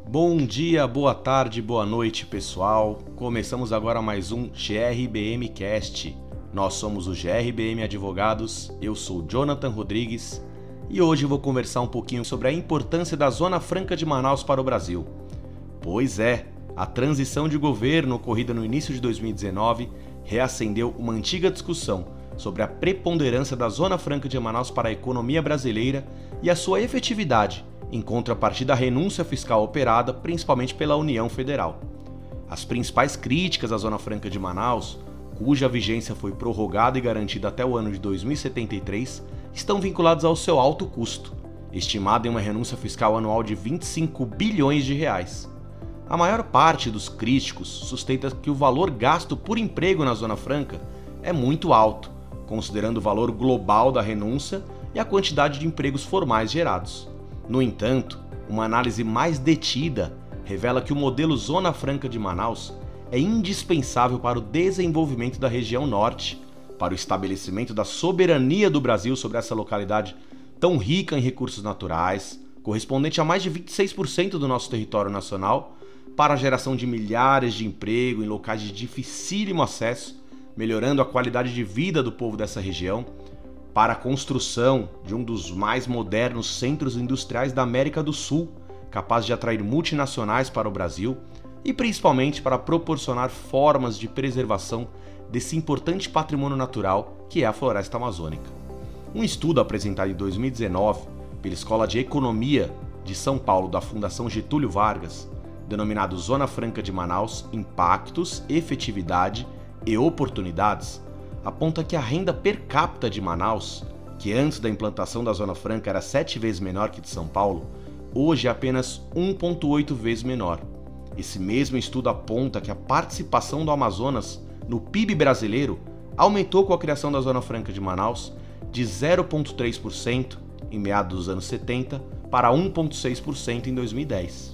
Bom dia, boa tarde, boa noite, pessoal. Começamos agora mais um GRBM Cast. Nós somos o GRBM Advogados, eu sou Jonathan Rodrigues e hoje vou conversar um pouquinho sobre a importância da Zona Franca de Manaus para o Brasil. Pois é, a transição de governo ocorrida no início de 2019 reacendeu uma antiga discussão sobre a preponderância da Zona Franca de Manaus para a economia brasileira e a sua efetividade, em contrapartida à renúncia fiscal operada principalmente pela União Federal. As principais críticas à Zona Franca de Manaus, cuja vigência foi prorrogada e garantida até o ano de 2073, estão vinculadas ao seu alto custo, estimado em uma renúncia fiscal anual de 25 bilhões de reais. A maior parte dos críticos sustenta que o valor gasto por emprego na Zona Franca é muito alto, considerando o valor global da renúncia e a quantidade de empregos formais gerados. No entanto, uma análise mais detida revela que o modelo Zona Franca de Manaus é indispensável para o desenvolvimento da região norte, para o estabelecimento da soberania do Brasil sobre essa localidade tão rica em recursos naturais, correspondente a mais de 26% do nosso território nacional, para a geração de milhares de empregos em locais de dificílimo acesso, melhorando a qualidade de vida do povo dessa região, para a construção de um dos mais modernos centros industriais da América do Sul, capaz de atrair multinacionais para o Brasil e principalmente para proporcionar formas de preservação desse importante patrimônio natural que é a floresta amazônica. Um estudo apresentado em 2019 pela Escola de Economia de São Paulo da Fundação Getúlio Vargas, denominado Zona Franca de Manaus, Impactos, Efetividade e Oportunidades, aponta que a renda per capita de Manaus, que antes da implantação da Zona Franca era 7 vezes menor que de São Paulo, hoje é apenas 1,8 vezes menor. Esse mesmo estudo aponta que a participação do Amazonas no PIB brasileiro aumentou com a criação da Zona Franca de Manaus de 0,3% em meados dos anos 70 para 1,6% em 2010.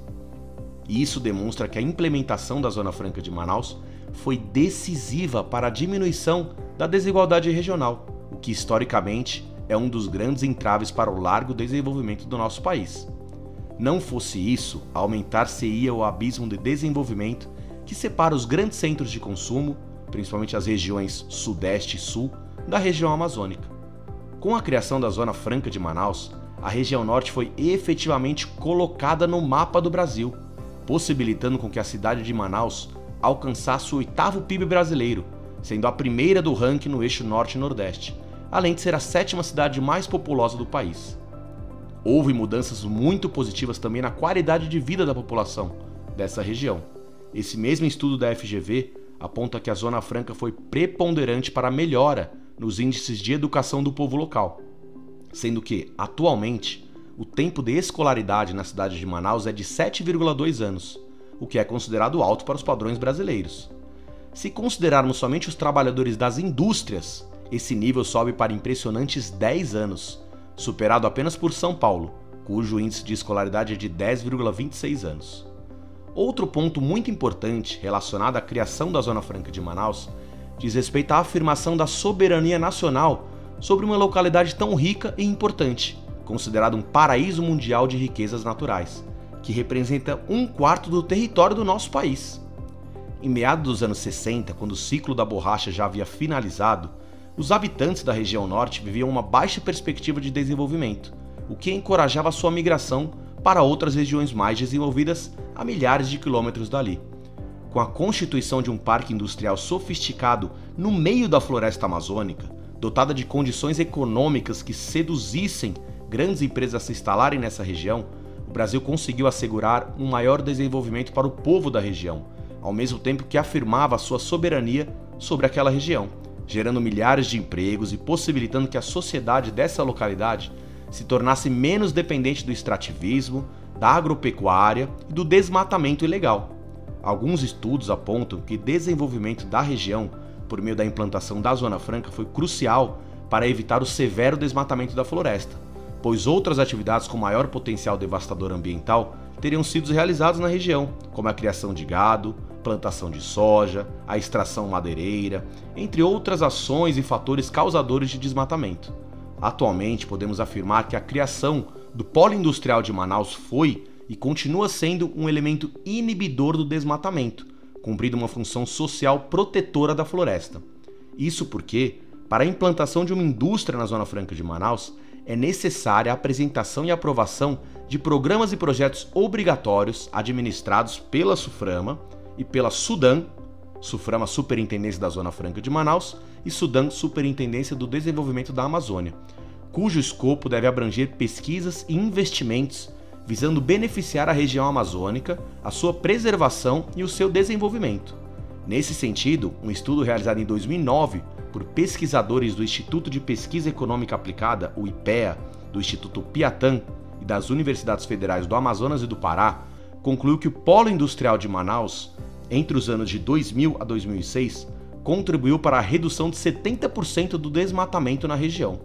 E isso demonstra que a implementação da Zona Franca de Manaus foi decisiva para a diminuição da desigualdade regional, o que historicamente é um dos grandes entraves para o largo desenvolvimento do nosso país. Não fosse isso, aumentar-se-ia o abismo de desenvolvimento que separa os grandes centros de consumo, principalmente as regiões Sudeste e Sul, da região amazônica. Com a criação da Zona Franca de Manaus, a região Norte foi efetivamente colocada no mapa do Brasil, possibilitando com que a cidade de Manaus alcançasse o 8º PIB brasileiro, sendo a primeira do ranking no eixo Norte e Nordeste, além de ser a 7ª cidade mais populosa do país. Houve mudanças muito positivas também na qualidade de vida da população dessa região. Esse mesmo estudo da FGV aponta que a Zona Franca foi preponderante para a melhora nos índices de educação do povo local, sendo que, atualmente, o tempo de escolaridade na cidade de Manaus é de 7,2 anos, o que é considerado alto para os padrões brasileiros. Se considerarmos somente os trabalhadores das indústrias, esse nível sobe para impressionantes 10 anos, superado apenas por São Paulo, cujo índice de escolaridade é de 10,26 anos. Outro ponto muito importante relacionado à criação da Zona Franca de Manaus diz respeito à afirmação da soberania nacional sobre uma localidade tão rica e importante, considerado um paraíso mundial de riquezas naturais, que representa 1/4 do território do nosso país. Em meados dos anos 60, quando o ciclo da borracha já havia finalizado, os habitantes da região norte viviam uma baixa perspectiva de desenvolvimento, o que encorajava a sua migração para outras regiões mais desenvolvidas a milhares de quilômetros dali. Com a constituição de um parque industrial sofisticado no meio da floresta amazônica, dotada de condições econômicas que seduzissem grandes empresas a se instalarem nessa região, o Brasil conseguiu assegurar um maior desenvolvimento para o povo da região, ao mesmo tempo que afirmava a sua soberania sobre aquela região, gerando milhares de empregos e possibilitando que a sociedade dessa localidade se tornasse menos dependente do extrativismo, da agropecuária e do desmatamento ilegal. Alguns estudos apontam que o desenvolvimento da região, por meio da implantação da Zona Franca, foi crucial para evitar o severo desmatamento da floresta, pois outras atividades com maior potencial devastador ambiental teriam sido realizadas na região, como a criação de gado, plantação de soja, a extração madeireira, entre outras ações e fatores causadores de desmatamento. Atualmente, podemos afirmar que a criação do Polo Industrial de Manaus foi e continua sendo um elemento inibidor do desmatamento, cumprindo uma função social protetora da floresta. Isso porque, para a implantação de uma indústria na Zona Franca de Manaus, é necessária a apresentação e aprovação de programas e projetos obrigatórios administrados pela SUFRAMA e pela SUDAM, SUFRAMA Superintendência da Zona Franca de Manaus e SUDAM Superintendência do Desenvolvimento da Amazônia, cujo escopo deve abranger pesquisas e investimentos visando beneficiar a região amazônica, a sua preservação e o seu desenvolvimento. Nesse sentido, um estudo realizado em 2009 por pesquisadores do Instituto de Pesquisa Econômica Aplicada, o IPEA, do Instituto Piatã e das Universidades Federais do Amazonas e do Pará, concluiu que o polo industrial de Manaus, entre os anos de 2000 a 2006, contribuiu para a redução de 70% do desmatamento na região.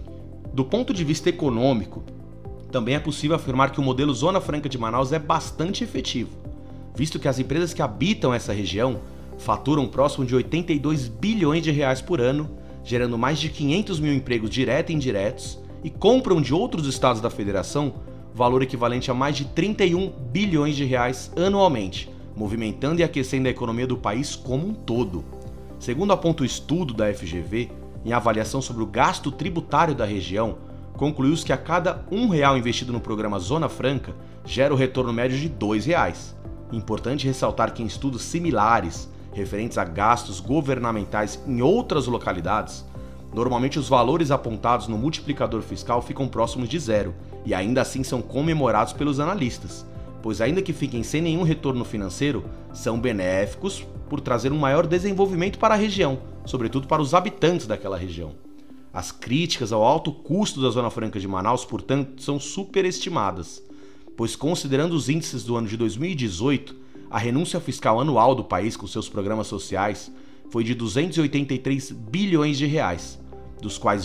Do ponto de vista econômico, também é possível afirmar que o modelo Zona Franca de Manaus é bastante efetivo, visto que as empresas que habitam essa região faturam próximo de 82 bilhões de reais por ano, gerando mais de 500 mil empregos diretos e indiretos, e compram de outros estados da federação valor equivalente a mais de 31 bilhões de reais anualmente, movimentando e aquecendo a economia do país como um todo. Segundo aponta o estudo da FGV, em avaliação sobre o gasto tributário da região, concluiu-se que a cada R$1 investido no programa Zona Franca gera o retorno médio de R$2. Importante ressaltar que em estudos similares, referentes a gastos governamentais em outras localidades, normalmente os valores apontados no multiplicador fiscal ficam próximos de zero e ainda assim são comemorados pelos analistas, pois ainda que fiquem sem nenhum retorno financeiro, são benéficos por trazer um maior desenvolvimento para a região, sobretudo para os habitantes daquela região. As críticas ao alto custo da Zona Franca de Manaus, portanto, são superestimadas, pois considerando os índices do ano de 2018, a renúncia fiscal anual do país com seus programas sociais foi de 283 bilhões de reais, dos quais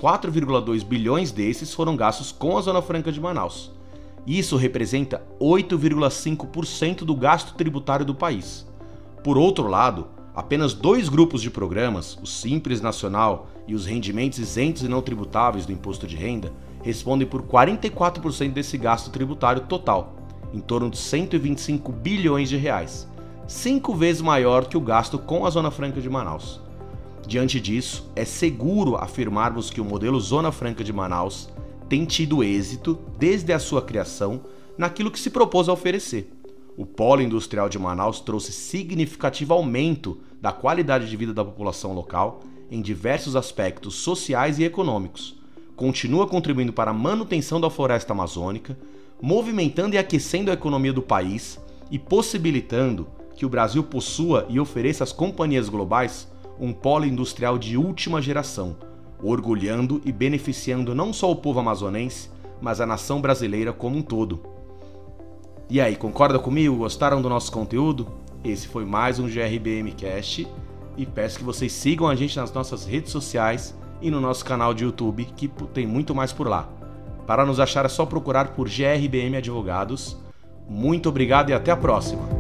24,2 bilhões desses foram gastos com a Zona Franca de Manaus. Isso representa 8,5% do gasto tributário do país. Por outro lado, apenas 2 grupos de programas, o Simples Nacional e os rendimentos isentos e não tributáveis do imposto de renda, respondem por 44% desse gasto tributário total, em torno de 125 bilhões de reais, 5 vezes maior que o gasto com a Zona Franca de Manaus. Diante disso, é seguro afirmarmos que o modelo Zona Franca de Manaus tem tido êxito desde a sua criação naquilo que se propôs a oferecer. O polo industrial de Manaus trouxe significativo aumento da qualidade de vida da população local em diversos aspectos sociais e econômicos. Continua contribuindo para a manutenção da floresta amazônica, movimentando e aquecendo a economia do país e possibilitando que o Brasil possua e ofereça às companhias globais um polo industrial de última geração, orgulhando e beneficiando não só o povo amazonense, mas a nação brasileira como um todo. E aí, concorda comigo? Gostaram do nosso conteúdo? Esse foi mais um GRBM Cast e peço que vocês sigam a gente nas nossas redes sociais e no nosso canal de YouTube, que tem muito mais por lá. Para nos achar é só procurar por GRBM Advogados. Muito obrigado e até a próxima!